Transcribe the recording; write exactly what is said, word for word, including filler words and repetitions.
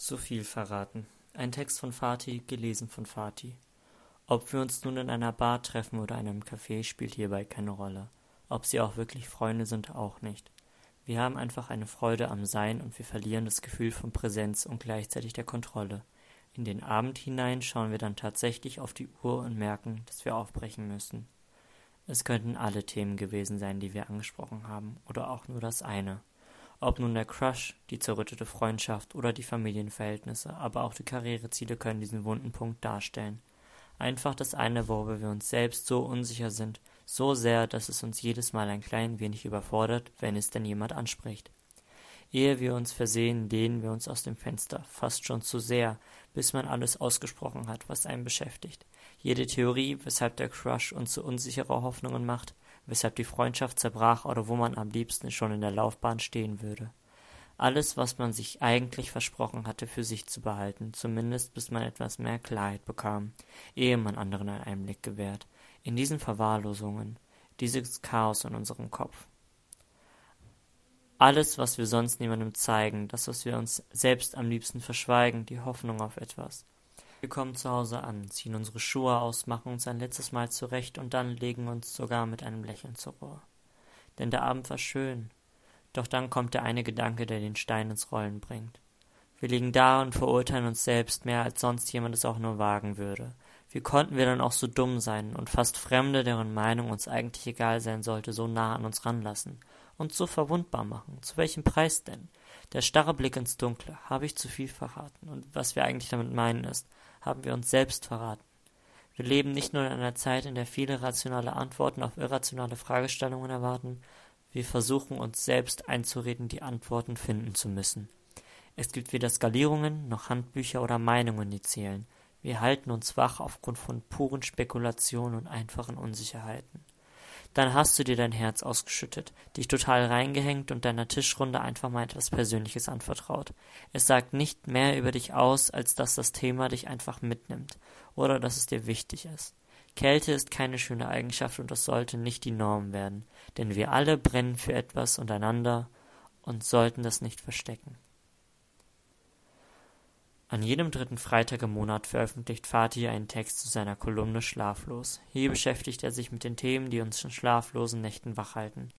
Zu viel verraten. Ein Text von Fatih, gelesen von Fatih. Ob wir uns nun in einer Bar treffen oder in einem Café, spielt hierbei keine Rolle. Ob sie auch wirklich Freunde sind, auch nicht. Wir haben einfach eine Freude am Sein und wir verlieren das Gefühl von Präsenz und gleichzeitig der Kontrolle. In den Abend hinein schauen wir dann tatsächlich auf die Uhr und merken, dass wir aufbrechen müssen. Es könnten alle Themen gewesen sein, die wir angesprochen haben, oder auch nur das eine. Ob nun der Crush, die zerrüttete Freundschaft oder die Familienverhältnisse, aber auch die Karriereziele können diesen wunden Punkt darstellen. Einfach das eine, worüber wir uns selbst so unsicher sind, so sehr, dass es uns jedes Mal ein klein wenig überfordert, wenn es denn jemand anspricht. Ehe wir uns versehen, lehnen wir uns aus dem Fenster, fast schon zu sehr, bis man alles ausgesprochen hat, was einen beschäftigt. Jede Theorie, weshalb der Crush uns so unsichere Hoffnungen macht, weshalb die Freundschaft zerbrach oder wo man am liebsten schon in der Laufbahn stehen würde. Alles, was man sich eigentlich versprochen hatte, für sich zu behalten, zumindest bis man etwas mehr Klarheit bekam, ehe man anderen einen Einblick gewährt. In diesen Verwahrlosungen, dieses Chaos in unserem Kopf. Alles, was wir sonst niemandem zeigen, das, was wir uns selbst am liebsten verschweigen, die Hoffnung auf etwas. Wir kommen zu Hause an, ziehen unsere Schuhe aus, machen uns ein letztes Mal zurecht und dann legen uns sogar mit einem Lächeln zur Ruhe. Denn der Abend war schön. Doch dann kommt der eine Gedanke, der den Stein ins Rollen bringt. Wir liegen da und verurteilen uns selbst mehr, als sonst jemand es auch nur wagen würde. Wie konnten wir dann auch so dumm sein und fast Fremde, deren Meinung uns eigentlich egal sein sollte, so nah an uns ranlassen? Uns so verwundbar machen? Zu welchem Preis denn? Der starre Blick ins Dunkle. Habe ich zu viel verraten? Und was wir eigentlich damit meinen ist, haben wir uns selbst verraten. Wir leben nicht nur in einer Zeit, in der viele rationale Antworten auf irrationale Fragestellungen erwarten, wir versuchen uns selbst einzureden, die Antworten finden zu müssen. Es gibt weder Skalierungen noch Handbücher oder Meinungen, die zählen. Wir halten uns wach aufgrund von puren Spekulationen und einfachen Unsicherheiten. Dann hast du dir dein Herz ausgeschüttet, dich total reingehängt und deiner Tischrunde einfach mal etwas Persönliches anvertraut. Es sagt nicht mehr über dich aus, als dass das Thema dich einfach mitnimmt oder dass es dir wichtig ist. Kälte ist keine schöne Eigenschaft und das sollte nicht die Norm werden, denn wir alle brennen für etwas und einander und sollten das nicht verstecken. An jedem dritten Freitag im Monat veröffentlicht Fatih einen Text zu seiner Kolumne Schlaflos. Hier beschäftigt er sich mit den Themen, die uns in schlaflosen Nächten wachhalten.